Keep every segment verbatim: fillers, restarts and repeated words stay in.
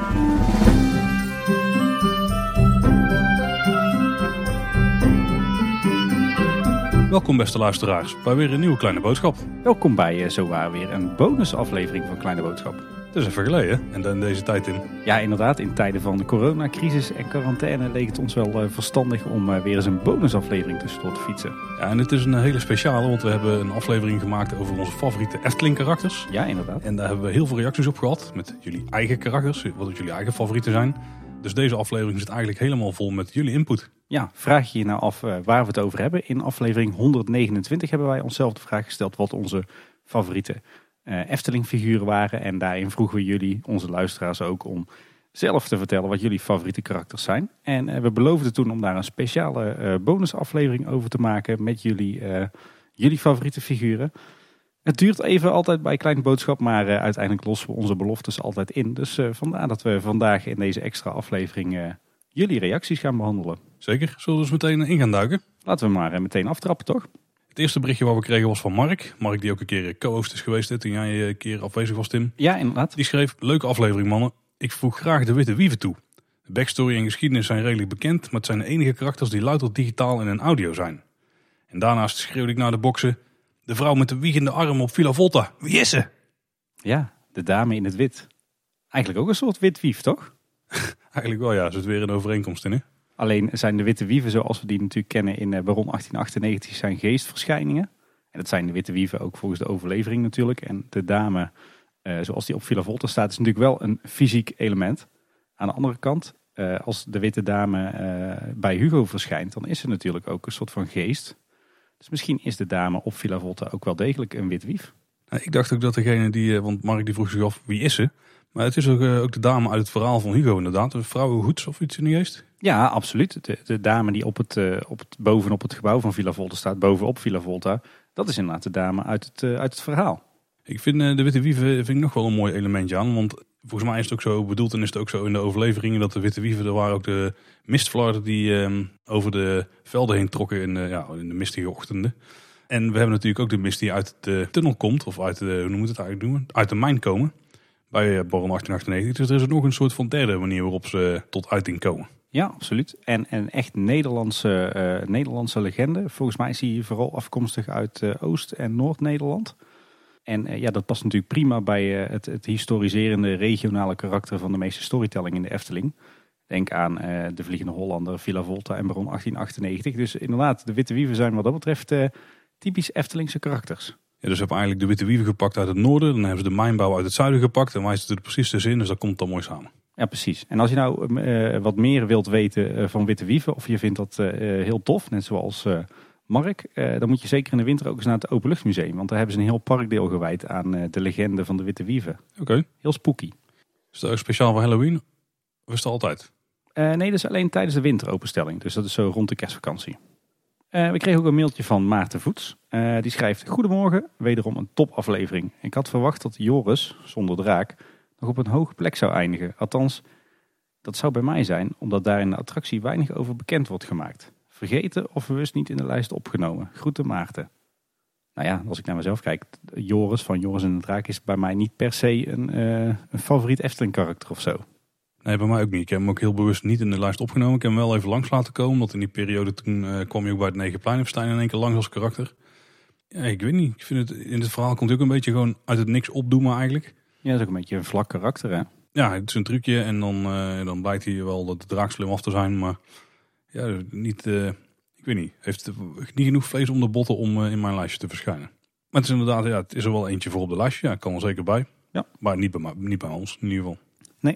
Welkom beste luisteraars bij weer een nieuwe Kleine Boodschap. Welkom bij uh, zowaar weer een bonusaflevering van Kleine Boodschap. Het is even geleden en dan deze tijd in. Ja, inderdaad. In tijden van de coronacrisis en quarantaine leek het ons wel uh, verstandig om uh, weer eens een bonusaflevering tussendoor te fietsen. Ja, en het is een hele speciale, want we hebben een aflevering gemaakt over onze favoriete Efteling karakters. Ja, inderdaad. En daar hebben we heel veel reacties op gehad met jullie eigen karakters, wat jullie eigen favorieten zijn. Dus deze aflevering zit eigenlijk helemaal vol met jullie input. Ja, vraag je je nou af uh, waar we het over hebben. In aflevering honderdnegenentwintig hebben wij onszelf de vraag gesteld wat onze favoriete uh, Efteling figuren waren. En daarin vroegen we jullie, onze luisteraars ook, om zelf te vertellen wat jullie favoriete karakters zijn. En uh, we beloofden toen om daar een speciale uh, bonusaflevering over te maken met jullie, uh, jullie favoriete figuren. Het duurt even altijd bij Kleine Boodschap, maar uh, uiteindelijk lossen we onze beloftes altijd in. Dus uh, vandaar dat we vandaag in deze extra aflevering uh, jullie reacties gaan behandelen. Zeker, zullen we dus meteen in gaan duiken? Laten we maar uh, meteen aftrappen, toch? Het eerste berichtje wat we kregen was van Mark. Mark die ook een keer co-host is geweest hè, toen jij een keer afwezig was, Tim. Ja, inderdaad. Die schreef, leuke aflevering mannen. Ik voeg graag de Witte Wieven toe. De backstory en geschiedenis zijn redelijk bekend, maar het zijn de enige karakters die louter digitaal en in audio zijn. En daarnaast schreeuwde ik naar de boksen. De vrouw met de wiegende arm op Villa Volta. Wie is ze? Ja, de dame in het wit. Eigenlijk ook een soort wit wief, toch? Eigenlijk wel ja, er zit weer een overeenkomst in hè. Alleen zijn de witte wieven zoals we die natuurlijk kennen in Baron achttien achtennegentig zijn geestverschijningen. En dat zijn de witte wieven ook volgens de overlevering natuurlijk. En de dame uh, zoals die op Villa Volta staat is natuurlijk wel een fysiek element. Aan de andere kant, uh, als de witte dame uh, bij Hugo verschijnt, dan is ze natuurlijk ook een soort van geest. Dus misschien is de dame op Villa Volta ook wel degelijk een wit wief. Nou, ik dacht ook dat degene die, want Mark die vroeg zich af wie is ze? Maar het is ook, uh, ook de dame uit het verhaal van Hugo inderdaad. Een vrouwenhoeds of iets in de geest? Ja, absoluut. De, de dame die op het, uh, op het, bovenop het gebouw van Villa Volta staat, bovenop Villa Volta. Dat is inderdaad de dame uit het, uh, uit het verhaal. Ik vind uh, de witte wieven vind ik nog wel een mooi elementje aan. Want volgens mij is het ook zo bedoeld en is het ook zo in de overleveringen dat de witte wieven, er waren ook de mistflarden die um, over de velden heen trokken in, uh, ja, in de mistige ochtenden. En we hebben natuurlijk ook de mist die uit de tunnel komt, of uit de, hoe noemen we het eigenlijk noemen, uit de mijn komen. Bij Baron achttien achtennegentig. Dus er is ook nog een soort van derde manier waarop ze tot uiting komen. Ja, absoluut. En een echt Nederlandse, uh, Nederlandse legende. Volgens mij is hij vooral afkomstig uit uh, Oost- en Noord-Nederland. En uh, ja, dat past natuurlijk prima bij uh, het, het historiserende regionale karakter van de meeste storytelling in de Efteling. Denk aan uh, de Vliegende Hollander, Villa Volta en Baron achttien achtennegentig. Dus inderdaad, de witte wieven zijn wat dat betreft uh, typisch Eftelingse karakters. Ja, dus we hebben eigenlijk de witte wieven gepakt uit het noorden. Dan hebben ze de mijnbouw uit het zuiden gepakt. En wij zitten er precies tussenin, dus dat komt dan mooi samen. Ja, precies. En als je nou uh, wat meer wilt weten uh, van witte wieven, of je vindt dat uh, heel tof, net zoals uh, Mark, uh, dan moet je zeker in de winter ook eens naar het Openluchtmuseum. Want daar hebben ze een heel parkdeel gewijd aan uh, de legende van de witte wieven. Oké. Okay. Heel spooky. Is dat ook speciaal voor Halloween? Of is dat altijd? Uh, nee, dat is alleen tijdens de winteropenstelling. Dus dat is zo rond de kerstvakantie. Uh, we kregen ook een mailtje van Maarten Voets. Uh, die schrijft: Goedemorgen, wederom een topaflevering. Ik had verwacht dat Joris, zonder draak, nog op een hoge plek zou eindigen. Althans, dat zou bij mij zijn, omdat daar in de attractie weinig over bekend wordt gemaakt. Vergeten of bewust niet in de lijst opgenomen. Groeten Maarten. Nou ja, als ik naar mezelf kijk, Joris van Joris en de Draak is bij mij niet per se een, uh, een favoriet Efteling karakter of zo. Nee, bij mij ook niet. Ik heb hem ook heel bewust niet in de lijst opgenomen. Ik heb hem wel even langs laten komen. Want in die periode toen uh, kwam je ook bij het Negenpleinenfestijn in één keer langs als karakter. Ja, ik weet niet. Ik vind het, in het verhaal komt hij ook een beetje gewoon uit het niks opdoemen eigenlijk. Ja, dat is ook een beetje een vlak karakter, hè? Ja, het is een trucje en dan, uh, dan blijkt hij wel dat de draak slim af te zijn. Maar ja, niet, uh, ik weet niet. Heeft niet genoeg vlees om de botten om uh, in mijn lijstje te verschijnen. Maar het is inderdaad, ja, het is er wel eentje voor op de lijstje. Ja, ik kan er zeker bij. Ja. Maar niet bij, niet bij ons in ieder geval. Nee.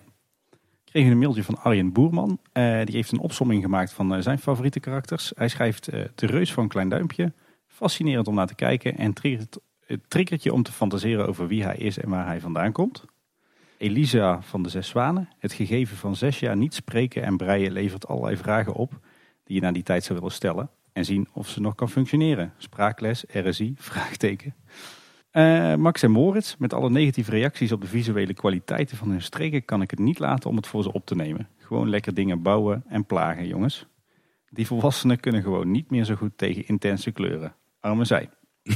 Ik kreeg een mailtje van Arjen Boerman. Uh, die heeft een opsomming gemaakt van uh, zijn favoriete karakters. Hij schrijft uh, de reus van Klein Duimpje. Fascinerend om naar te kijken en triggert, het triggert je om te fantaseren over wie hij is en waar hij vandaan komt. Elisa van de Zes Zwanen. Het gegeven van zes jaar niet spreken en breien levert allerlei vragen op die je na die tijd zou willen stellen. En zien of ze nog kan functioneren. Spraakles, R S I, vraagteken. Uh, Max en Moritz, met alle negatieve reacties op de visuele kwaliteiten van hun streken, kan ik het niet laten om het voor ze op te nemen. Gewoon lekker dingen bouwen en plagen, jongens. Die volwassenen kunnen gewoon niet meer zo goed tegen intense kleuren. Arme zij.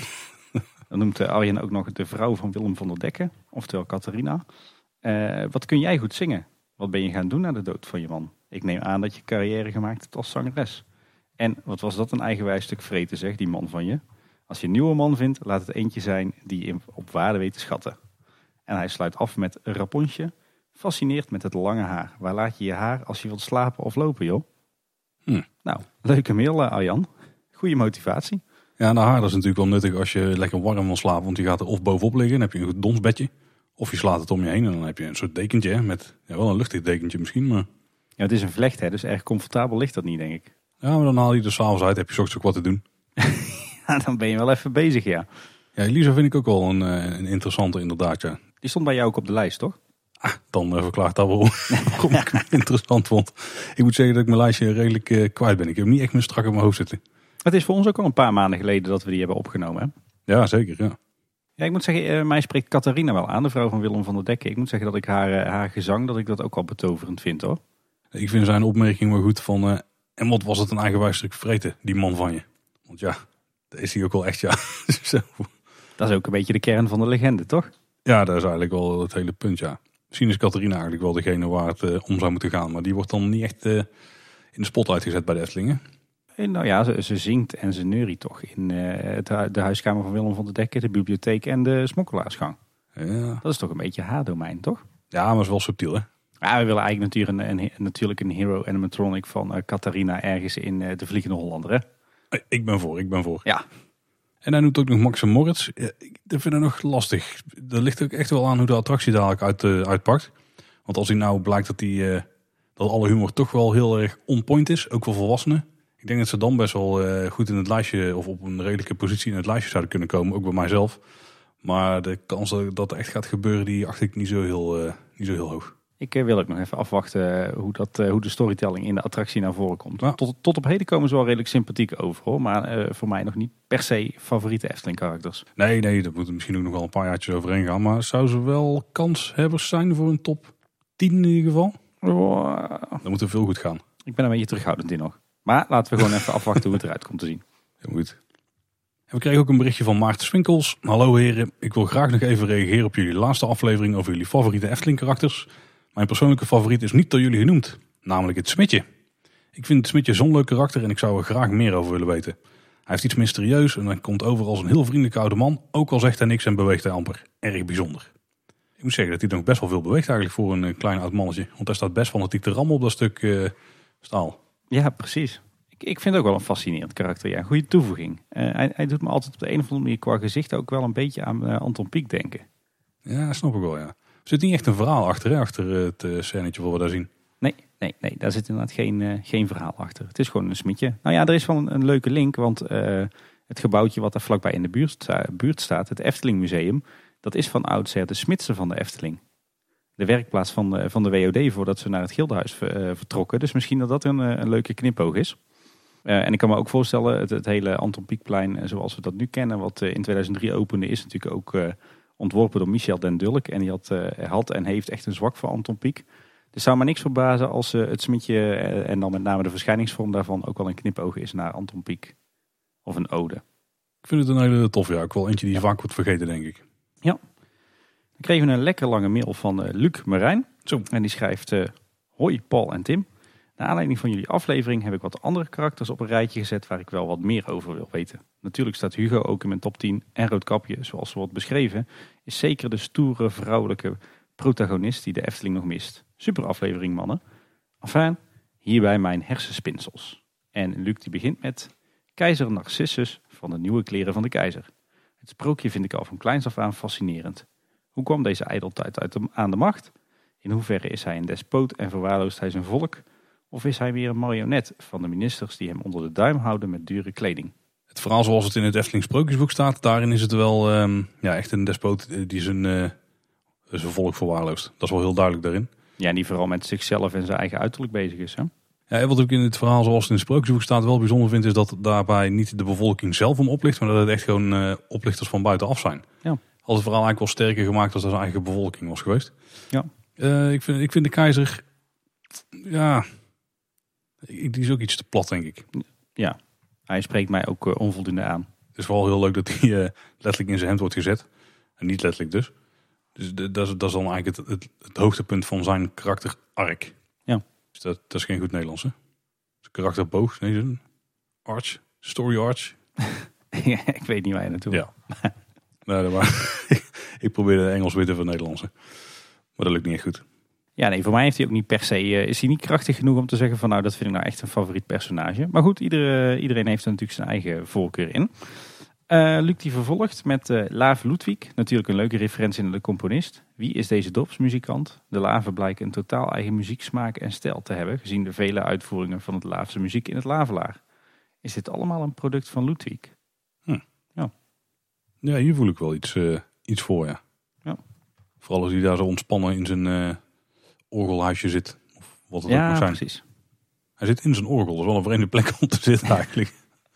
Dan noemt Arjen ook nog de vrouw van Willem van der Decken, oftewel Catharina. Uh, wat kun jij goed zingen? Wat ben je gaan doen na de dood van je man? Ik neem aan dat je carrière gemaakt hebt als zangeres. En wat was dat een eigenwijs stuk vreten, zeg, die man van je. Als je een nieuwe man vindt, laat het eentje zijn die je op waarde weet te schatten. En hij sluit af met een raponsje. Fascineert met het lange haar. Waar laat je je haar als je wilt slapen of lopen, joh? Hm. Nou, leuke mail, uh, Arjan. Goede motivatie. Ja, nou, haar dat is natuurlijk wel nuttig als je lekker warm wil slapen. Want je gaat er of bovenop liggen, dan heb je een donsbedje. Of je slaat het om je heen en dan heb je een soort dekentje. Hè, met ja, wel een luchtig dekentje misschien, maar... Ja, het is een vlecht, hè, dus erg comfortabel ligt dat niet, denk ik. Ja, maar dan haal je er s'avonds uit, heb je 's ochtends ook wat te doen. Ja, dan ben je wel even bezig, ja. Ja, Elisa vind ik ook wel een, een interessante inderdaad, ja. Die stond bij jou ook op de lijst, toch? Ah, dan uh, verklaart dat wel waarom ik het interessant vond. Ik moet zeggen dat ik mijn lijstje redelijk uh, kwijt ben. Ik heb hem niet echt meer strak in mijn hoofd zitten. Het is voor ons ook al een paar maanden geleden dat we die hebben opgenomen, hè? Ja, zeker, ja. Ja, ik moet zeggen, uh, mij spreekt Catharina wel aan, de vrouw van Willem van der Decken. Ik moet zeggen dat ik haar, uh, haar gezang, dat ik dat ook al betoverend vind, hoor. Ik vind zijn opmerking wel goed van... Uh, en wat was het een eigenwijs stuk vreten, die man van je. Want ja, dat is hij ook wel echt, ja. Zo. Dat is ook een beetje de kern van de legende, toch? Ja, dat is eigenlijk wel het hele punt, ja. Misschien is Catharina eigenlijk wel degene waar het uh, om zou moeten gaan. Maar die wordt dan niet echt uh, in de spotlight gezet bij de Eftelingen. En nou ja, ze, ze zingt en ze neurie toch in uh, het, de huiskamer van Willem van der Decken, de bibliotheek en de smokkelaarsgang. Ja. Dat is toch een beetje haar domein, toch? Ja, maar is wel subtiel, hè? Ja, we willen eigenlijk natuurlijk een, een, natuurlijk een hero animatronic van uh, Catharina ergens in uh, de Vliegende Hollander, hè? Ik ben voor, ik ben voor. Ja. En hij noemt ook nog Max en Moritz. Ja, ik vind het nog lastig. Er ligt ook echt wel aan hoe de attractie dadelijk uit, uh, uitpakt. Want als hij nou blijkt dat, die, uh, dat alle humor toch wel heel erg on point is, ook voor volwassenen. Ik denk dat ze dan best wel uh, goed in het lijstje of op een redelijke positie in het lijstje zouden kunnen komen. Ook bij mijzelf. Maar de kans dat dat echt gaat gebeuren, die acht ik niet zo heel, uh, niet zo heel hoog. Ik uh, wil ook nog even afwachten hoe, dat, uh, hoe de storytelling in de attractie naar voren komt. Ja. Tot, tot op heden komen ze wel redelijk sympathiek over, hoor. Maar uh, voor mij nog niet per se favoriete Efteling karakters. Nee, nee, dat moet misschien ook nog wel een paar jaartjes overheen gaan. Maar zou ze wel kanshebbers zijn voor een top tien in ieder geval? Oh. Dan moet er veel goed gaan. Ik ben een beetje terughoudend in nog. Maar laten we gewoon even afwachten hoe het eruit komt te zien. Heel goed. En we kregen ook een berichtje van Maarten Swinkels. Hallo heren, ik wil graag nog even reageren op jullie laatste aflevering over jullie favoriete Efteling karakters. Mijn persoonlijke favoriet is niet door jullie genoemd, namelijk het Smidje. Ik vind het Smidje zo'n leuk karakter en ik zou er graag meer over willen weten. Hij heeft iets mysterieus en hij komt over als een heel vriendelijke oude man, ook al zegt hij niks en beweegt hij amper. Erg bijzonder. Ik moet zeggen dat hij nog best wel veel beweegt eigenlijk voor een klein oud mannetje. Want hij staat best fanatiek te rammen op dat stuk uh, staal. Ja, precies. Ik, ik vind het ook wel een fascinerend karakter. Ja, goede toevoeging. Uh, hij, hij doet me altijd op de een of andere manier qua gezicht ook wel een beetje aan uh, Anton Pieck denken. Ja, snap ik wel, ja. Er zit niet echt een verhaal achter, hè, achter het uh, scènetje wat we daar zien. Nee, nee, nee, daar zit inderdaad geen, uh, geen verhaal achter. Het is gewoon een Smidje. Nou ja, er is wel een, een leuke link, want uh, het gebouwtje wat daar vlakbij in de buurt, uh, buurt staat, het Efteling Museum, dat is van oudsher de Smidse van de Efteling. De werkplaats van de, van de W O D voordat ze naar het Gildenhuis ver, uh, vertrokken. Dus misschien dat dat een, een leuke knipoog is. Uh, en ik kan me ook voorstellen, het, het hele Anton Pieckplein zoals we dat nu kennen, wat uh, in tweeduizend drie opende, is natuurlijk ook uh, ontworpen door Michel den Dulk. En die had, uh, had en heeft echt een zwak voor Anton Pieck. Dus zou me niks verbazen als uh, het Smidje uh, en dan met name de verschijningsvorm daarvan ook wel een knipoog is naar Anton Pieck. Of een ode. Ik vind het een hele tof, ja. Ook wel eentje die ja. vaak wordt vergeten, denk ik. Ja. Dan kregen we een lekker lange mail van uh, Luc Marijn. Zo. En die schrijft, uh, hoi Paul en Tim. Naar aanleiding van jullie aflevering heb ik wat andere karakters op een rijtje gezet waar ik wel wat meer over wil weten. Natuurlijk staat Hugo ook in mijn top tien en Roodkapje, zoals wordt beschreven, is zeker de stoere vrouwelijke protagonist die de Efteling nog mist. Super aflevering, mannen. Enfin, hierbij mijn hersenspinsels. En Luc die begint met keizer Narcissus van de nieuwe kleren van de keizer. Het sprookje vind ik al van kleins af aan fascinerend. Hoe kwam deze ijdeltuit uit de, aan de macht? In hoeverre is hij een despoot en verwaarloost hij zijn volk? Of is hij weer een marionet van de ministers die hem onder de duim houden met dure kleding? Het verhaal zoals het in het Efteling Sprookjesboek staat, daarin is het wel um, ja, echt een despoot die zijn, uh, zijn volk verwaarloost. Dat is wel heel duidelijk daarin. Ja, en die vooral met zichzelf en zijn eigen uiterlijk bezig is. Hè? Ja, wat ik in het verhaal zoals het in het Sprookjesboek staat wel bijzonder vind, is dat daarbij niet de bevolking zelf hem oplicht, maar dat het echt gewoon uh, oplichters van buitenaf zijn. Ja. Had het verhaal eigenlijk wel sterker gemaakt als dat zijn eigen bevolking was geweest. Ja. Uh, ik, vind, ik vind de keizer, ja, die is ook iets te plat, denk ik. Ja, hij spreekt mij ook uh, onvoldoende aan. Het is vooral heel leuk dat hij uh, letterlijk in zijn hemd wordt gezet. En niet letterlijk dus. Dus de, dat, is, dat is dan eigenlijk het, het, het hoogtepunt van zijn karakter-arc. Ja. Dus dat, dat is geen goed Nederlands, hè? Dus karakterboog, nee, zo'n arch, story arch. Ja, ik weet niet waar je naartoe Ja. Nee, dat maar, ik probeerde Engels weten van Nederlands. Maar dat lukt niet echt goed. Ja, nee, voor mij heeft hij ook niet per se, uh, is hij niet krachtig genoeg om te zeggen van nou, dat vind ik nou echt een favoriet personage. Maar goed, iedere, iedereen heeft er natuurlijk zijn eigen voorkeur in. Uh, Luc die vervolgt met uh, Lave Ludwig. Natuurlijk een leuke referentie naar de componist. Wie is deze dorpsmuzikant? De Lave blijkt een totaal eigen muzieksmaak en stijl te hebben, gezien de vele uitvoeringen van het Laafse muziek in het Lavelaar. Is dit allemaal een product van Ludwig? Hm. Ja. Ja, hier voel ik wel iets, uh, iets voor, ja. Ja. Vooral als hij daar zo ontspannen in zijn uh, orgelhuisje zit. Of wat het ja, ook mag zijn. Precies. Hij zit in zijn orgel. Dat is wel een vreemde plek om te zitten eigenlijk.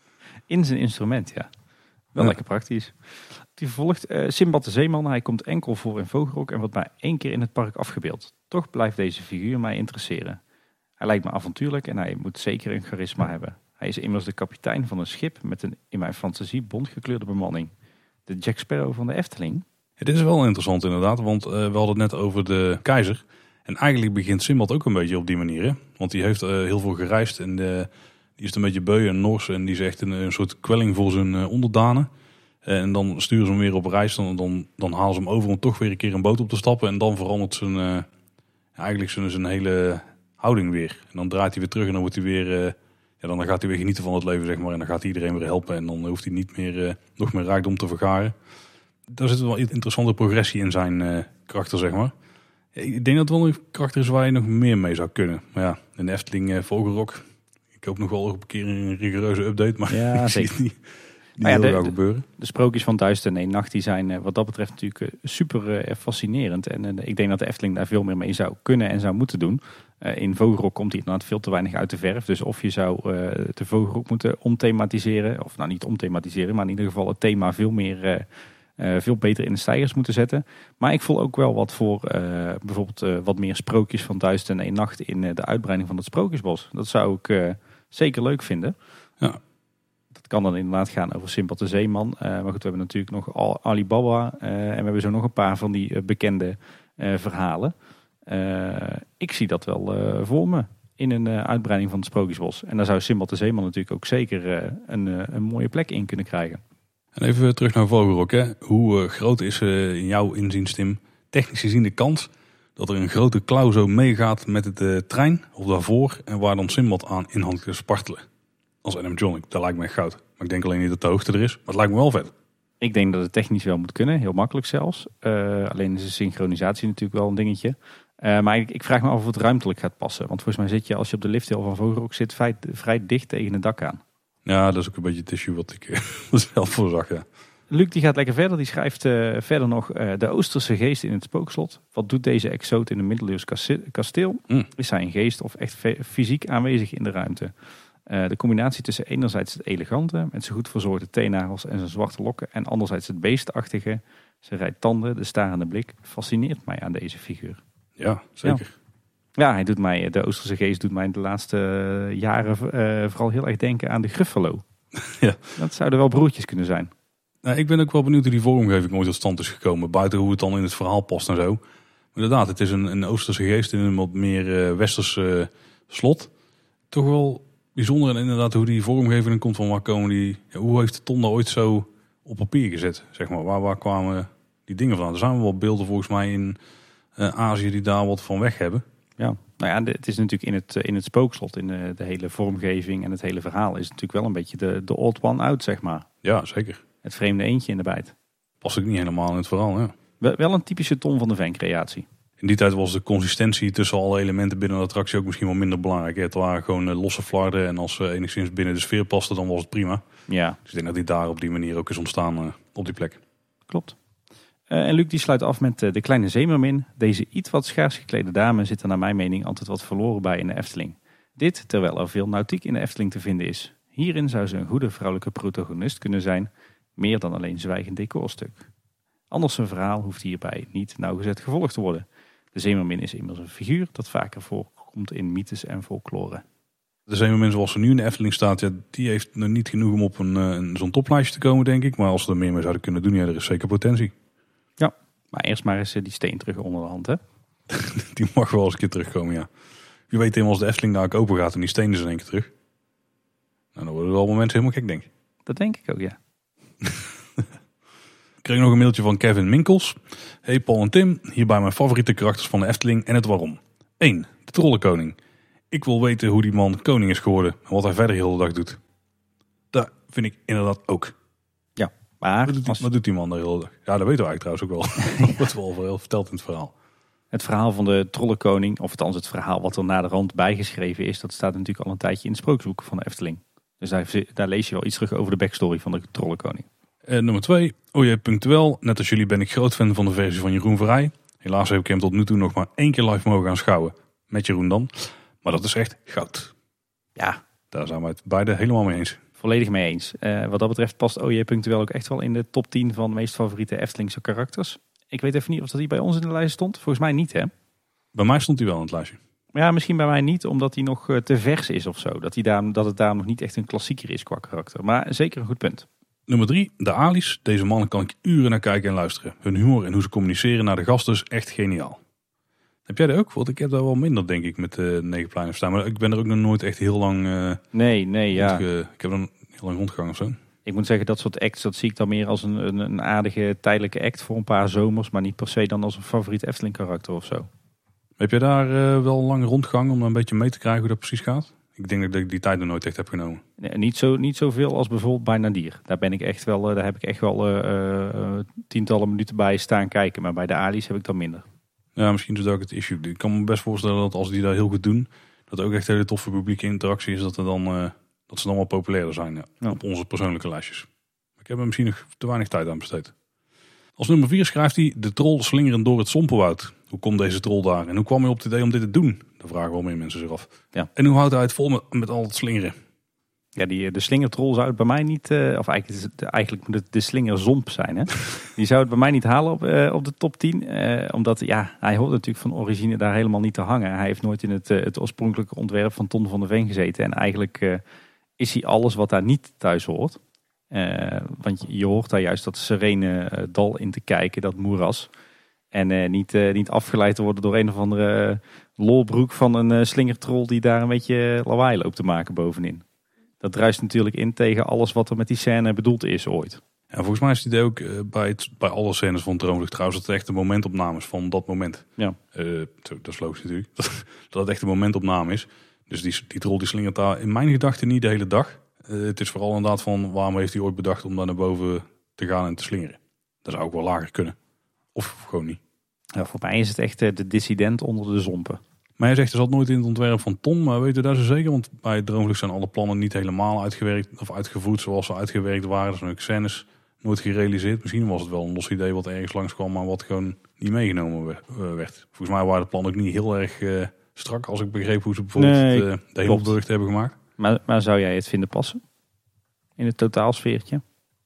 In zijn instrument, ja. Wel ja. Lekker praktisch. Die vervolgt uh, Simbad de Zeeman. Hij komt enkel voor in Vogelrok en wordt maar één keer in het park afgebeeld. Toch blijft deze figuur mij interesseren. Hij lijkt me avontuurlijk en hij moet zeker een charisma hebben. Hij is immers de kapitein van een schip met een in mijn fantasie bontgekleurde bemanning. De Jack Sparrow van de Efteling. Het is wel interessant inderdaad, want uh, we hadden het net over de keizer. En eigenlijk begint Simbad ook een beetje op die manier. Hè? Want die heeft uh, heel veel gereisd en uh, die is een beetje beu en nors. En die is echt een, een soort kwelling voor zijn uh, onderdanen. Uh, en dan sturen ze hem weer op reis. Dan, dan, dan halen ze hem over om toch weer een keer een boot op te stappen. En dan verandert zijn, uh, eigenlijk zijn, zijn hele houding weer. En dan draait hij weer terug en dan wordt hij weer... Uh, ja, dan gaat hij weer genieten van het leven, zeg maar. En dan gaat hij iedereen weer helpen. En dan hoeft hij niet meer uh, nog meer rijkdom te vergaren. Daar zit wel een interessante progressie in zijn uh, karakter, zeg maar. Ik denk dat het wel een karakter is waar je nog meer mee zou kunnen. Maar ja, een Efteling uh, Vogelrok. Ik hoop nog wel op een keer een rigoureuze update. Maar ja, ik zie het niet, niet ja, heel gauw gebeuren. De sprookjes van Duizend en één Nacht die zijn uh, wat dat betreft natuurlijk uh, super uh, fascinerend. En uh, ik denk dat de Efteling daar veel meer mee zou kunnen en zou moeten doen. Uh, in Vogelrok komt hij inderdaad veel te weinig uit de verf. Dus of je zou uh, de Vogelrok moeten omthematiseren. Of nou niet omthematiseren, maar in ieder geval het thema veel meer... Uh, Uh, veel beter in de stijgers moeten zetten. Maar ik voel ook wel wat voor uh, bijvoorbeeld uh, wat meer sprookjes van Duizend en één Nacht in uh, de uitbreiding van het Sprookjesbos. Dat zou ik uh, zeker leuk vinden. Ja. Dat kan dan inderdaad gaan over Simbad de Zeeman. Uh, maar goed, we hebben natuurlijk nog Alibaba. Uh, en we hebben zo nog een paar van die uh, bekende uh, verhalen. Uh, ik zie dat wel uh, voor me in een uh, uitbreiding van het Sprookjesbos. En daar zou Simbad de Zeeman natuurlijk ook zeker uh, een, uh, een mooie plek in kunnen krijgen. En even terug naar Vogelrok. Hè. Hoe uh, groot is uh, in jouw inziens, Tim, technisch gezien de kans dat er een grote klauw zo meegaat met de uh, trein of daarvoor en waar dan Simbad aan in hangt te spartelen? Als animatronic, dat lijkt me echt goud. Maar ik denk alleen niet dat de hoogte er is, maar het lijkt me wel vet. Ik denk dat het technisch wel moet kunnen, heel makkelijk zelfs. Uh, alleen is de synchronisatie natuurlijk wel een dingetje. Uh, maar ik, ik vraag me af of het ruimtelijk gaat passen. Want volgens mij zit je als je op de lifthill van Vogelrok zit vrij, vrij dicht tegen het dak aan. Ja, dat is ook een beetje het issue wat ik uh, zelf voorzag, ja. Luc die gaat lekker verder. Die schrijft uh, verder nog uh, de Oosterse geest in het spookslot. Wat doet deze exoot in een middeleeuws kasteel? Mm. Is hij een geest of echt fysiek aanwezig in de ruimte? Uh, de combinatie tussen enerzijds het elegante, met zijn goed verzorgde teennagels en zijn zwarte lokken, en anderzijds het beestachtige, zijn rij tanden, de starende blik, fascineert mij aan deze figuur. Ja, zeker. Ja. Ja, hij doet mij, de Oosterse geest doet mij de laatste jaren uh, vooral heel erg denken aan de Gruffalo. Ja. Dat zouden wel broertjes kunnen zijn. Nou, ik ben ook wel benieuwd hoe die vormgeving ooit tot stand is gekomen. Buiten hoe het dan in het verhaal past en zo. Maar inderdaad, het is een, een Oosterse geest in een wat meer uh, westers uh, slot. Toch wel bijzonder en inderdaad hoe die vormgeving komt van waar komen die... Ja, hoe heeft Ton daar ooit zo op papier gezet? Zeg maar, waar, waar kwamen die dingen vandaan? Er zijn wel beelden volgens mij in uh, Azië die daar wat van weg hebben. Ja, nou ja, het is natuurlijk in het, in het spookslot, in de, de hele vormgeving en het hele verhaal is natuurlijk wel een beetje de, de odd one out, zeg maar. Ja, zeker. Het vreemde eentje in de bijt. Past ook niet helemaal in het verhaal, ja. Wel, wel een typische Ton van de Ven creatie. In die tijd was de consistentie tussen alle elementen binnen de attractie ook misschien wel minder belangrijk. Het waren gewoon losse flarden en als ze enigszins binnen de sfeer pasten, dan was het prima. Ja. Dus ik denk dat die daar op die manier ook is ontstaan uh, op die plek. Klopt. Uh, en Luc die sluit af met uh, de kleine zeemermin. Deze iets wat schaars geklede dame zit er naar mijn mening altijd wat verloren bij in de Efteling. Dit terwijl er veel nautiek in de Efteling te vinden is. Hierin zou ze een goede vrouwelijke protagonist kunnen zijn, meer dan alleen zwijgend decorstuk. Anders een verhaal hoeft hierbij niet nauwgezet gevolgd te worden. De zeemermin is immers een figuur dat vaker voorkomt in mythes en folklore. De zeemermin zoals ze nu in de Efteling staat, ja, die heeft nog niet genoeg om op een, een, zo'n toplijstje te komen, denk ik. Maar als ze er meer mee zouden kunnen doen, ja, er is zeker potentie. Ja. Maar eerst maar eens die steen terug onder de hand, hè? Die mag wel eens een keer terugkomen, ja. Je weet helemaal als de Efteling daar ook open gaat en die steen is in één keer terug. Nou, dan worden wel mensen helemaal gek, denk ik. Dat denk ik ook, ja. Ik kreeg nog een mailtje van Kevin Minkels. Hey Paul en Tim, hierbij mijn favoriete karakters van de Efteling en het waarom. één. De Trollenkoning. Ik wil weten hoe die man koning is geworden en wat hij verder heel de dag doet. Dat vind ik inderdaad ook. Ja, maar... Wat doet, die, als... wat doet die man de hele dag? Ja, dat weten we eigenlijk trouwens ook wel. Dat wordt wel veel verteld in het verhaal. Het verhaal van de Trollenkoning, of althans het verhaal wat er na de rand bijgeschreven is, dat staat natuurlijk al een tijdje in het sprookjesboek van de Efteling. Dus daar, daar lees je wel iets terug over de backstory van de Trollenkoning. Uh, nummer twee. O J. Punctueel. Net als jullie ben ik groot fan van de versie van Jeroen Verrij. Helaas heb ik hem tot nu toe nog maar één keer live mogen aanschouwen. Met Jeroen dan. Maar dat is echt goud. Ja. Daar zijn we het beide helemaal mee eens. Volledig mee eens. Uh, wat dat betreft past O J. Punctueel ook echt wel in de top tien van de meest favoriete Eftelingse karakters. Ik weet even niet of dat hij bij ons in de lijst stond. Volgens mij niet, hè? Bij mij stond hij wel in het lijstje. Ja, misschien bij mij niet, omdat hij nog te vers is of zo. Dat, hij daar, dat het daar nog niet echt een klassieker is qua karakter. Maar zeker een goed punt. Nummer drie, de Ali's. Deze mannen kan ik uren naar kijken en luisteren. Hun humor en hoe ze communiceren naar de gasten is echt geniaal. Heb jij dat ook? Want ik heb daar wel minder, denk ik, met de Negenpleinen staan. Maar ik ben er ook nog nooit echt heel lang... Uh, nee, nee, ja. Rondge... Ik heb er heel lang rondgegaan of zo. Ik moet zeggen, dat soort acts, dat zie ik dan meer als een, een, een aardige tijdelijke act voor een paar zomers. Maar niet per se dan als een favoriet Efteling karakter of zo. Heb jij daar uh, wel lang rondgegaan om een beetje mee te krijgen hoe dat precies gaat? Ik denk dat ik die tijd nog nooit echt heb genomen. Nee, niet, zo, niet zoveel als bijvoorbeeld bij Nadir. Daar ben ik echt wel, uh, daar heb ik echt wel uh, uh, tientallen minuten bij staan kijken. Maar bij de Ali's heb ik dan minder. Ja, misschien is dat ook het issue. Ik kan me best voorstellen dat als die dat heel goed doen, dat ook echt hele toffe publieke interactie is, dat, er dan, uh, dat ze dan wel populairder zijn ja, ja. op onze persoonlijke lijstjes. Ik heb er misschien nog te weinig tijd aan besteed. Als nummer vier schrijft hij de troll slingerend door het Sompenwoud. Hoe komt deze troll daar? En hoe kwam hij op het idee om dit te doen? Daar vragen wel meer mensen zich af. Ja. En hoe houdt hij het vol met, met al het slingeren? Ja, die, de slingertrol zou het bij mij niet... Uh, of eigenlijk, eigenlijk moet het de slingerzomp zijn. Hè? Die zou het bij mij niet halen op, uh, op de top tien. Uh, omdat ja, hij hoort natuurlijk van origine daar helemaal niet te hangen. Hij heeft nooit in het, uh, het oorspronkelijke ontwerp van Ton van der Ven gezeten. En eigenlijk uh, is hij alles wat daar niet thuis hoort. Uh, want je, je hoort daar juist dat serene uh, dal in te kijken, dat moeras. En uh, niet, uh, niet afgeleid te worden door een of andere uh, lolbroek van een uh, slingertrol die daar een beetje lawaai loopt te maken bovenin. Dat druist natuurlijk in tegen alles wat er met die scène bedoeld is ooit. Ja, volgens mij is het idee ook uh, bij, het, bij alle scènes van Droomvlucht trouwens dat het echt een momentopname is van dat moment. Ja. Uh, dat is logisch natuurlijk. Dat het echt een momentopname is. Dus die, die troll die slingert daar in mijn gedachten niet de hele dag. Uh, het is vooral inderdaad van waarom heeft hij ooit bedacht om daar naar boven te gaan en te slingeren. Dat zou ook wel lager kunnen. Of gewoon niet. Ja, voor mij is het echt de dissident onder de zompen. Maar hij zegt er zat nooit in het ontwerp van Ton, maar weet u dat zo zeker? Want bij Droomvlucht zijn alle plannen niet helemaal uitgewerkt of uitgevoerd zoals ze uitgewerkt waren. Er zijn ook scènes nooit gerealiseerd. Misschien was het wel een los idee wat ergens langskwam, maar wat gewoon niet meegenomen werd. Volgens mij waren de plannen ook niet heel erg uh, strak als ik begreep hoe ze bijvoorbeeld nee, de, de Hemelburg hebben gemaakt. Maar, maar zou jij het vinden passen? In het totaalsfeertje?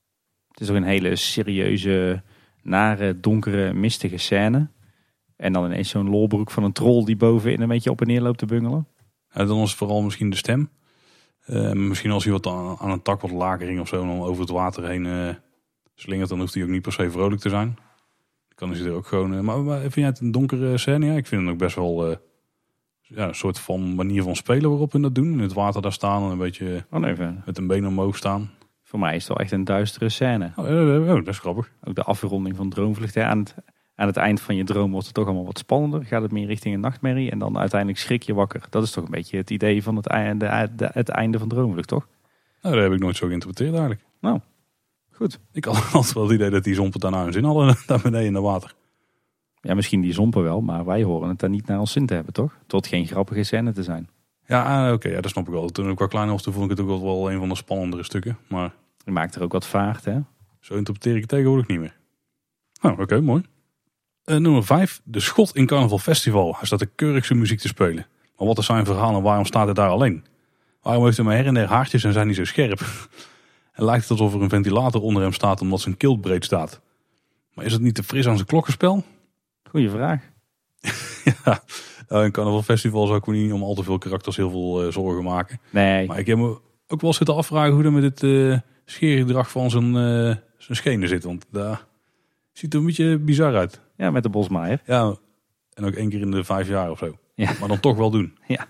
Het is ook een hele serieuze, nare, donkere, mistige scène. En dan ineens zo'n lolbroek van een troll die bovenin een beetje op en neer loopt te bungelen. Ja, dan is het vooral misschien de stem. Uh, misschien als hij wat aan, aan een tak wat lager ging of zo, dan over het water heen uh, slingert, dan hoeft hij ook niet per se vrolijk te zijn. Dan kan hij er ook gewoon... Uh, maar, maar vind jij het een donkere scène? Ja, ik vind het ook best wel uh, ja, een soort van manier van spelen waarop we dat doen. In het water daar staan en een beetje oh, nee, met een been omhoog staan. Voor mij is het wel echt een duistere scène. Oh, uh, oh dat is grappig. Ook de afronding van Droomvlucht. Hè, aan het... Aan het eind van je droom wordt het toch allemaal wat spannender. Gaat het meer richting een nachtmerrie. En dan uiteindelijk schrik je wakker. Dat is toch een beetje het idee van het einde, het einde van Droomvlucht, toch? Nou, dat heb ik nooit zo geïnterpreteerd eigenlijk. Nou, goed. Ik had altijd wel het idee dat die zompen daarna hun zin hadden. Daar beneden in het water. Ja, misschien die zompen wel. Maar wij horen het daar niet naar ons zin te hebben, toch? Tot geen grappige scène te zijn. Ja, oké. Okay, ja, dat snap ik wel. Toen ik wel klein was, toen vond ik het ook wel een van de spannendere stukken. Maar je maakt er ook wat vaart, hè? Zo interpreteer ik het tegenwoordig niet meer. Nou, oké, okay, mooi. Uh, nummer vijf, de Schot in Carnaval Festival. Hij staat de keurigste muziek te spelen. Maar wat is zijn verhaal en waarom staat hij daar alleen? Waarom heeft hij maar her en der haartjes en zijn niet zo scherp? En lijkt het alsof er een ventilator onder hem staat omdat zijn kilt breed staat. Maar is het niet te fris aan zijn klokkenspel? Goeie vraag. Ja, uh, een Carnaval Festival zou ik me niet om al te veel karakters heel veel uh, zorgen maken. Nee. Maar ik heb me ook wel zitten afvragen hoe dat met het uh, scheergedrag van zijn, uh, zijn schenen zit. Want daar... Ziet er een beetje bizar uit. Ja, met de bosmaaier. Ja, en ook één keer in de vijf jaar of zo. Ja. Maar dan toch wel doen. Ja.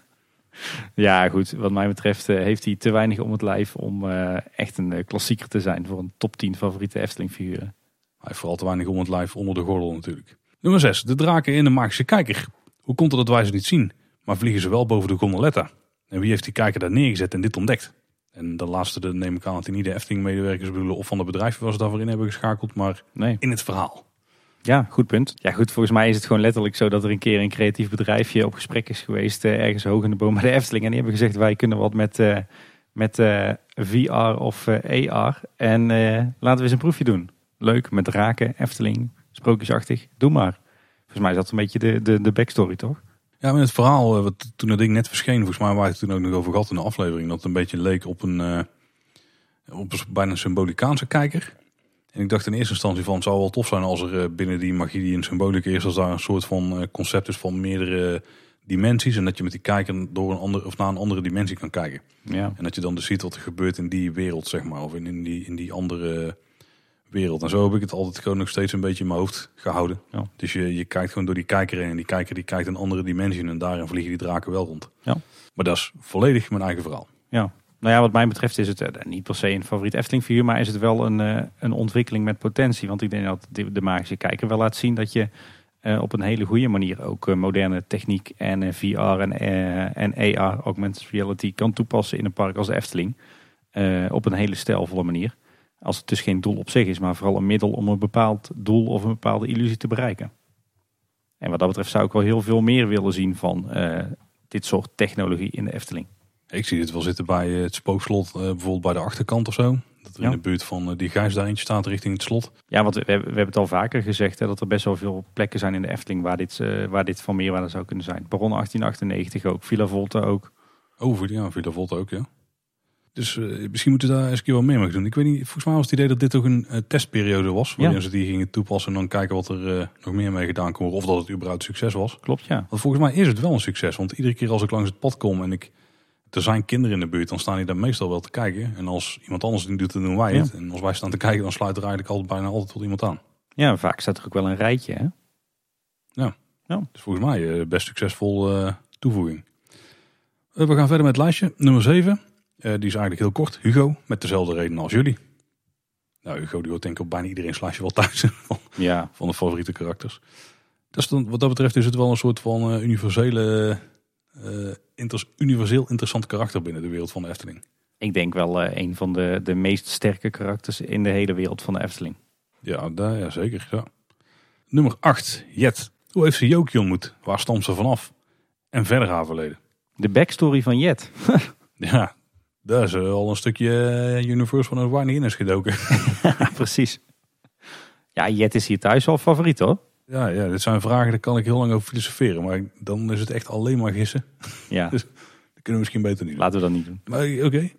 Ja, goed. Wat mij betreft uh, heeft hij te weinig om het lijf om uh, echt een uh, klassieker te zijn voor een top tien favoriete Efteling figuren. Hij heeft vooral te weinig om het lijf onder de gordel natuurlijk. Nummer zes. De draken in de Magische Kijker. Hoe komt het dat wij ze niet zien, maar vliegen ze wel boven de gondoletta? En wie heeft die kijker daar neergezet en dit ontdekt? En de laatste de neem ik aan dat die niet de Efteling-medewerkers bedoelen of van de bedrijven waar ze daarvoor in hebben geschakeld, maar nee. In het verhaal. Ja, goed punt. Ja, goed, volgens mij is het gewoon letterlijk zo dat er een keer een creatief bedrijfje op gesprek is geweest uh, ergens hoog in de boom bij de Efteling. En die hebben gezegd, wij kunnen wat met, uh, met uh, V R of uh, A R. En uh, laten we eens een proefje doen. Leuk, met draken, Efteling, sprookjesachtig. Doe maar. Volgens mij is dat een beetje de, de, de backstory, toch? Ja, maar het verhaal, wat, toen dat ding net verscheen, volgens mij waar we het toen ook nog over gehad in de aflevering, dat het een beetje leek op een, uh, op een bijna een symbolicaanse kijker. En ik dacht in eerste instantie van, het zou wel tof zijn als er uh, binnen die magie die in symbolica is, als daar een soort van uh, concept is van meerdere dimensies. En dat je met die kijker door een andere, of naar een andere dimensie kan kijken. Ja. En dat je dan dus ziet wat er gebeurt in die wereld, zeg maar. Of in, in, die, in die andere wereld. En zo heb ik het altijd gewoon nog steeds een beetje in mijn hoofd gehouden. Ja. Dus je, je kijkt gewoon door die kijker heen. En die kijker die kijkt een andere dimensie. En daarin vliegen die draken wel rond. Ja. Maar dat is volledig mijn eigen verhaal. Ja. Nou ja, wat mij betreft is het uh, niet per se een favoriet Efteling figuur, maar is het wel een, uh, een ontwikkeling met potentie. Want ik denk dat de, de magische kijker wel laat zien dat je uh, op een hele goede manier ook uh, moderne techniek en uh, V R en, uh, en A R, augmented reality, kan toepassen in een park als de Efteling. Uh, op een hele stijlvolle manier. Als het dus geen doel op zich is, maar vooral een middel om een bepaald doel of een bepaalde illusie te bereiken. En wat dat betreft zou ik wel heel veel meer willen zien van uh, dit soort technologie in de Efteling. Ik zie dit wel zitten bij het spookslot, uh, bijvoorbeeld bij de achterkant of zo. Dat er ja. in de buurt van uh, die Gijs daar eentje staat richting het slot. Ja, want we, we hebben het al vaker gezegd, hè, dat er best wel veel plekken zijn in de Efteling waar dit, uh, waar dit van meerwaarde zou kunnen zijn. Baron achttien achtennegentig ook, Villa Volta ook. Oh, ja, Villa Volta ook, ja. Dus uh, misschien moeten we daar eens een keer wat meer mee doen. Ik weet niet, volgens mij was het idee dat dit ook een uh, testperiode was. Waarin ja. ze die gingen toepassen en dan kijken wat er uh, nog meer mee gedaan kon worden. Of dat het überhaupt succes was. Klopt, ja. Want volgens mij is het wel een succes. Want iedere keer als ik langs het pad kom en ik, er zijn kinderen in de buurt, dan staan die daar meestal wel te kijken. En als iemand anders het doet, dan doen wij het. Ja. En als wij staan te kijken, dan sluit er eigenlijk altijd, bijna altijd tot iemand aan. Ja, vaak staat er ook wel een rijtje, hè? Ja. ja. Dus volgens mij uh, best succesvol uh, toevoeging. Uh, we gaan verder met het lijstje. Nummer zeven. Uh, die is eigenlijk heel kort. Hugo, met dezelfde reden als jullie. Nou, Hugo die hoort denk ik op bijna iedereen lijstje wel thuis van, ja. van de favoriete karakters. Dus dan, wat dat betreft is het wel een soort van uh, universele, uh, inter, universeel interessant karakter binnen de wereld van de Efteling. Ik denk wel uh, een van de, de meest sterke karakters in de hele wereld van de Efteling. Ja, daar, ja zeker. Ja. Nummer acht, Jet. Hoe heeft ze Jokie ontmoet? Waar stamt ze vanaf? En verder haar verleden. De backstory van Jet. Ja. Daar is al een stukje Universe van een weinig in is gedoken. Ja, precies. Ja, Jet is hier thuis wel favoriet hoor. Ja, ja, dit zijn vragen, daar kan ik heel lang over filosoferen. Maar dan is het echt alleen maar gissen. Ja. Dus dat kunnen we misschien beter niet doen. Laten we dat niet doen. Maar oké. Okay.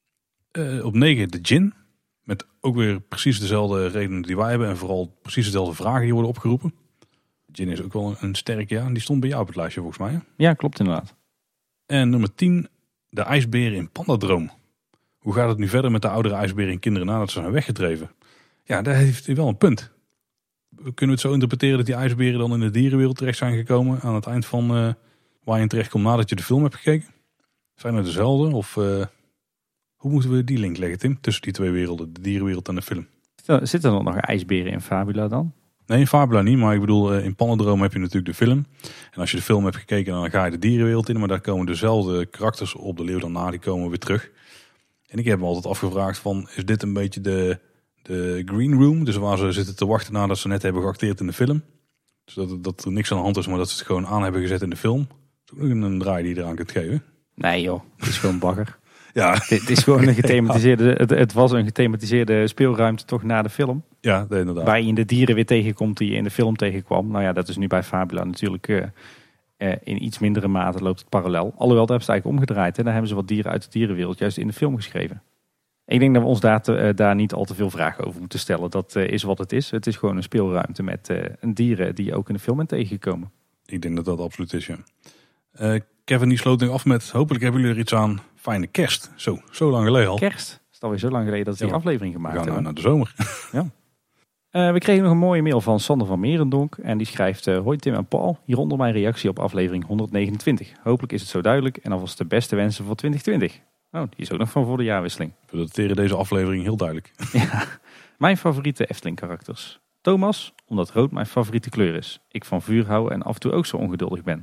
Uh, op negen de Djinn. Met ook weer precies dezelfde redenen die wij hebben. En vooral precies dezelfde vragen die worden opgeroepen. Djinn is ook wel een, een sterk ja. En die stond bij jou op het lijstje volgens mij. Hè? Ja, klopt inderdaad. En nummer tien. De ijsberen in Pandadroom. Hoe gaat het nu verder met de oudere ijsberen en kinderen nadat ze zijn weggedreven? Ja, daar heeft hij wel een punt. Kunnen we het zo interpreteren dat die ijsberen dan in de dierenwereld terecht zijn gekomen aan het eind van uh, waar je terecht komt nadat je de film hebt gekeken? Zijn er dezelfde? Of uh, hoe moeten we die link leggen, Tim? Tussen die twee werelden, de dierenwereld en de film. Zitten er nog ijsberen in Fabula dan? Nee, in Fabula niet, maar ik bedoel, in Pandadroom heb je natuurlijk de film. En als je de film hebt gekeken, dan ga je de dierenwereld in. Maar daar komen dezelfde karakters op de leeuw dan na, die komen weer terug. En ik heb me altijd afgevraagd van, is dit een beetje de, de green room? Dus waar ze zitten te wachten nadat ze net hebben geacteerd in de film. Dus dat, dat er niks aan de hand is, maar dat ze het gewoon aan hebben gezet in de film. Dat is ook nog een draai die je eraan kunt geven. Nee joh, het is gewoon bagger. Ja. Het is gewoon een gethematiseerde, het, het was een gethematiseerde speelruimte toch na de film. Ja, nee, inderdaad. Waar je de dieren weer tegenkomt die je in de film tegenkwam. Nou ja, dat is nu bij Fabula natuurlijk uh, uh, in iets mindere mate loopt het parallel. Alhoewel, dat hebben ze eigenlijk omgedraaid. Hè. Daar hebben ze wat dieren uit de dierenwereld juist in de film geschreven. Ik denk dat we ons daar, te, uh, daar niet al te veel vragen over moeten stellen. Dat uh, is wat het is. Het is gewoon een speelruimte met uh, een dieren die je ook in de film bent tegengekomen. Ik denk dat dat absoluut is, ja. Uh, Kevin die sloot nu af met, hopelijk hebben jullie er iets aan. Fijne kerst. Zo, zo lang geleden al. Kerst? Het is alweer zo lang geleden dat ze die ja, aflevering gemaakt hebben. We gaan hebben. naar de zomer. Ja. Uh, we kregen nog een mooie mail van Sander van Merendonk. En die schrijft, uh, hoi Tim en Paul, hieronder mijn reactie op aflevering honderdnegenentwintig. Hopelijk is het zo duidelijk en alvast de beste wensen voor twintig twintig. Oh, die is ook nog van voor de jaarwisseling. We dateren deze aflevering heel duidelijk. Ja, mijn favoriete Efteling karakters. Thomas, omdat rood mijn favoriete kleur is. Ik van vuur hou en af en toe ook zo ongeduldig ben.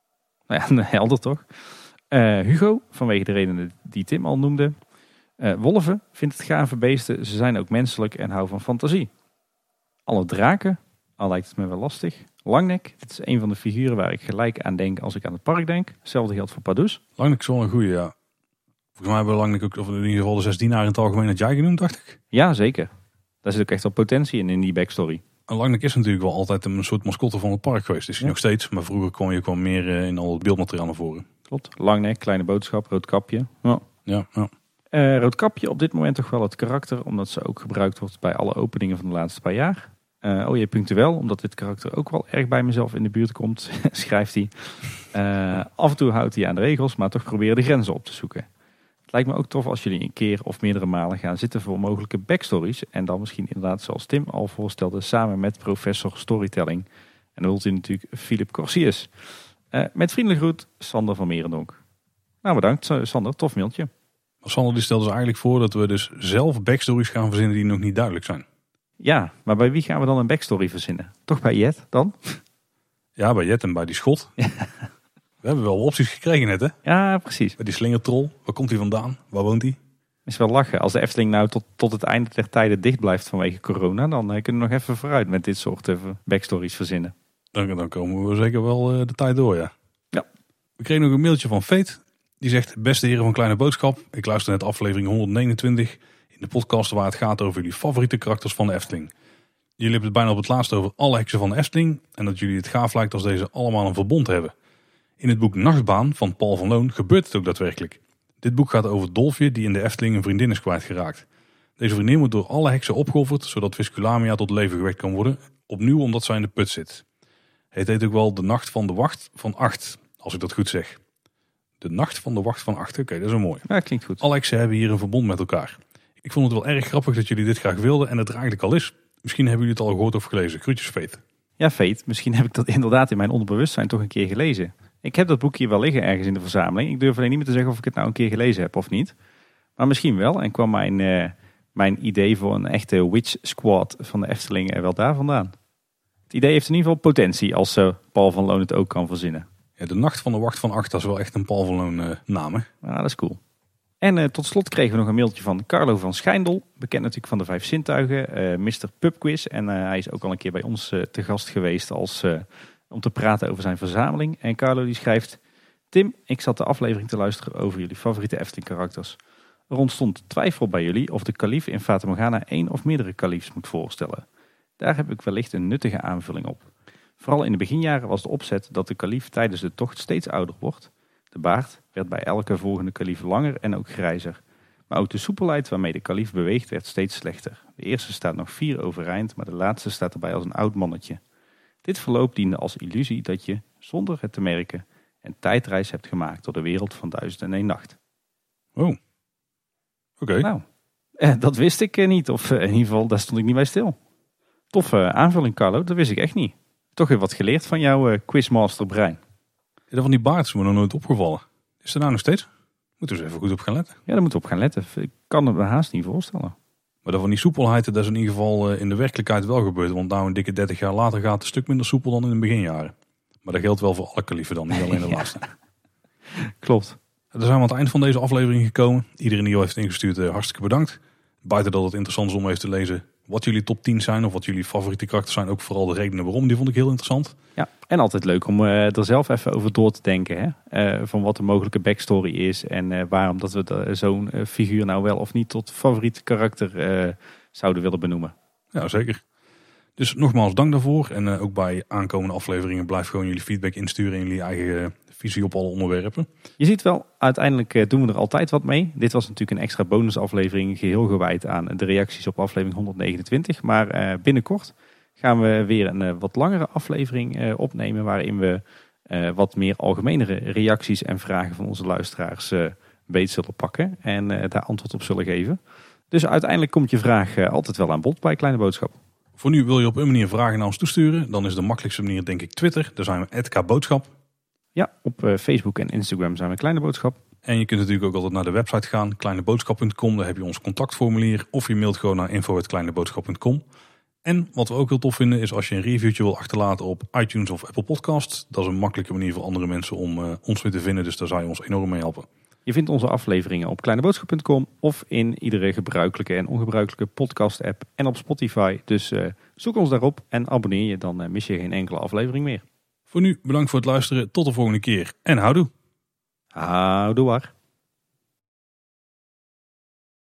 Nou ja, helder toch? Uh, Hugo, vanwege de redenen die Tim al noemde. Uh, Wolven vindt het gave beesten. Ze zijn ook menselijk en houden van fantasie. Alle draken, al lijkt het me wel lastig. Langnek, dit is een van de figuren waar ik gelijk aan denk als ik aan het park denk. Hetzelfde geldt voor Pardoes. Langnek is wel een goeie, ja. Volgens mij hebben we Langnek ook, of in ieder geval de zes dienaren in het algemeen het jij genoemd, dacht ik. Ja, zeker. Daar zit ook echt wel potentie in, in die backstory. En Langnek is natuurlijk wel altijd een soort mascotte van het park geweest. Is hij ja. nog steeds, maar vroeger kwam je kwam meer in al het beeldmateriaal naar voren. Klopt. Langnek, kleine boodschap, Roodkapje. Ja. Ja, ja. Uh, Roodkapje op dit moment toch wel het karakter, omdat ze ook gebruikt wordt bij alle openingen van de laatste paar jaar. Uh, oh je punctueel, omdat dit karakter ook wel erg bij mezelf in de buurt komt, schrijft hij. Uh, af en toe houdt hij aan de regels, maar toch proberen de grenzen op te zoeken. Het lijkt me ook tof als jullie een keer of meerdere malen gaan zitten voor mogelijke backstories. En dan misschien inderdaad, zoals Tim al voorstelde, samen met professor Storytelling. En dan wilt u natuurlijk Philip Corsius. Uh, met vriendelijk groet, Sander van Merendonk. Nou, bedankt Sander, tof mailtje. Sander die stelde dus eigenlijk voor dat we dus zelf backstories gaan verzinnen die nog niet duidelijk zijn. Ja, maar bij wie gaan we dan een backstory verzinnen? Toch bij Jet dan? Ja, bij Jet en bij die schot. Ja. We hebben wel opties gekregen net, hè? Ja, precies. Bij die slingertrol. Waar komt hij vandaan? Waar woont hij? Is wel lachen. Als de Efteling nou tot, tot het einde der tijden dicht blijft vanwege corona, dan uh, kunnen we nog even vooruit met dit soort uh, backstories verzinnen. Dan, dan komen we zeker wel uh, de tijd door, ja. Ja. We kregen nog een mailtje van Fate. Die zegt, beste heren van Kleine Boodschap. Ik luister net aflevering honderdnegenentwintig in de podcast waar het gaat over jullie favoriete karakters van de Efteling. Jullie hebben het bijna op het laatst over alle heksen van de Efteling. En dat jullie het gaaf lijkt als deze allemaal een verbond hebben. In het boek Nachtbaan van Paul van Loon gebeurt het ook daadwerkelijk. Dit boek gaat over Dolfje die in de Efteling een vriendin is kwijtgeraakt. Deze vriendin wordt door alle heksen opgeofferd zodat Visculamia tot leven gewekt kan worden. Opnieuw omdat zij in de put zit. Het heet ook wel de Nacht van de Wacht van Acht, als ik dat goed zeg. De Nacht van de Wacht van Acht, oké, okay, dat is wel mooi. Ja, klinkt goed. Alle heksen hebben hier een verbond met elkaar. Ik vond het wel erg grappig dat jullie dit graag wilden en het er eigenlijk al is. Misschien hebben jullie het al gehoord of gelezen. Groetjes, Fate. Ja, Fate. Misschien heb ik dat inderdaad in mijn onderbewustzijn toch een keer gelezen. Ik heb dat boekje wel liggen ergens in de verzameling. Ik durf alleen niet meer te zeggen of ik het nou een keer gelezen heb of niet. Maar misschien wel. En kwam mijn, uh, mijn idee voor een echte witch squad van de Efteling wel daar vandaan. Het idee heeft in ieder geval potentie als uh, Paul van Loon het ook kan verzinnen. Ja, de Nacht van de Wacht van Acht, dat is wel echt een Paul van Loon uh, naam, hè? Ja, dat is cool. En uh, tot slot kregen we nog een mailtje van Carlo van Schijndel. Bekend natuurlijk van de Vijf Zintuigen, uh, mister Pubquiz. En uh, hij is ook al een keer bij ons uh, te gast geweest als, uh, om te praten over zijn verzameling. En Carlo die schrijft: Tim, ik zat de aflevering te luisteren over jullie favoriete Efteling karakters. Er ontstond twijfel bij jullie of de kalif in Fata Morgana één of meerdere kalifs moet voorstellen. Daar heb ik wellicht een nuttige aanvulling op. Vooral in de beginjaren was de opzet dat de kalif tijdens de tocht steeds ouder wordt. De baard werd bij elke volgende kalif langer en ook grijzer. Maar ook de soepelheid waarmee de kalif beweegt werd steeds slechter. De eerste staat nog fier overeind, maar de laatste staat erbij als een oud mannetje. Dit verloop diende als illusie dat je, zonder het te merken, een tijdreis hebt gemaakt door de wereld van duizend en één nacht. Oh, oké. Okay. Nou, eh, dat wist ik eh, niet. Of eh, in ieder geval, daar stond ik niet bij stil. Toffe uh, aanvulling, Carlo. Dat wist ik echt niet. Toch weer wat geleerd van jouw uh, quizmaster brein. Ja, van die baard is me nog nooit opgevallen. Is er nou nog steeds? Moeten we eens even goed op gaan letten. Ja, daar moeten we op gaan letten. Ik kan het me haast niet voorstellen. Maar dat van die soepelheid, dat is in ieder geval uh, in de werkelijkheid wel gebeurd. Want nou een dikke dertig jaar later gaat het een stuk minder soepel dan in de beginjaren. Maar dat geldt wel voor alle kaliefen dan, niet alleen de laatste. Klopt. Dan zijn we aan het eind van deze aflevering gekomen. Iedereen die al heeft ingestuurd, uh, hartstikke bedankt. Buiten dat het interessant is om even te lezen wat jullie top tien zijn of wat jullie favoriete karakters zijn. Ook vooral de redenen waarom, die vond ik heel interessant. Ja, en altijd leuk om uh, er zelf even over door te denken. Hè? Uh, van wat de mogelijke backstory is en uh, waarom dat we uh, zo'n uh, figuur nou wel of niet tot favoriete karakter uh, zouden willen benoemen. Ja, zeker. Dus nogmaals dank daarvoor. En uh, ook bij aankomende afleveringen blijf gewoon jullie feedback insturen en jullie eigen uh, visie op alle onderwerpen. Je ziet wel, uiteindelijk uh, doen we er altijd wat mee. Dit was natuurlijk een extra bonusaflevering geheel gewijd aan de reacties op aflevering honderdnegenentwintig. Maar uh, binnenkort gaan we weer een uh, wat langere aflevering uh, opnemen waarin we uh, wat meer algemenere reacties en vragen van onze luisteraars uh, beet zullen pakken en uh, daar antwoord op zullen geven. Dus uiteindelijk komt je vraag uh, altijd wel aan bod bij Kleine Boodschap. Voor nu wil je op een manier vragen naar ons toesturen. Dan is de makkelijkste manier denk ik Twitter. Daar zijn we at kboodschap. Ja, op uh, Facebook en Instagram zijn we Kleine Boodschap. En je kunt natuurlijk ook altijd naar de website gaan, kleineboodschap punt com. Daar heb je ons contactformulier. Of je mailt gewoon naar info at kleineboodschap punt com. En wat we ook heel tof vinden is als je een reviewtje wil achterlaten op iTunes of Apple Podcasts. Dat is een makkelijke manier voor andere mensen om uh, ons weer te vinden. Dus daar zou je ons enorm mee helpen. Je vindt onze afleveringen op kleineboodschap punt com of in iedere gebruikelijke en ongebruikelijke podcast app en op Spotify. Dus uh, zoek ons daarop en abonneer je, dan uh, mis je geen enkele aflevering meer. Voor nu bedankt voor het luisteren. Tot de volgende keer en houdoe. Houdoe waar.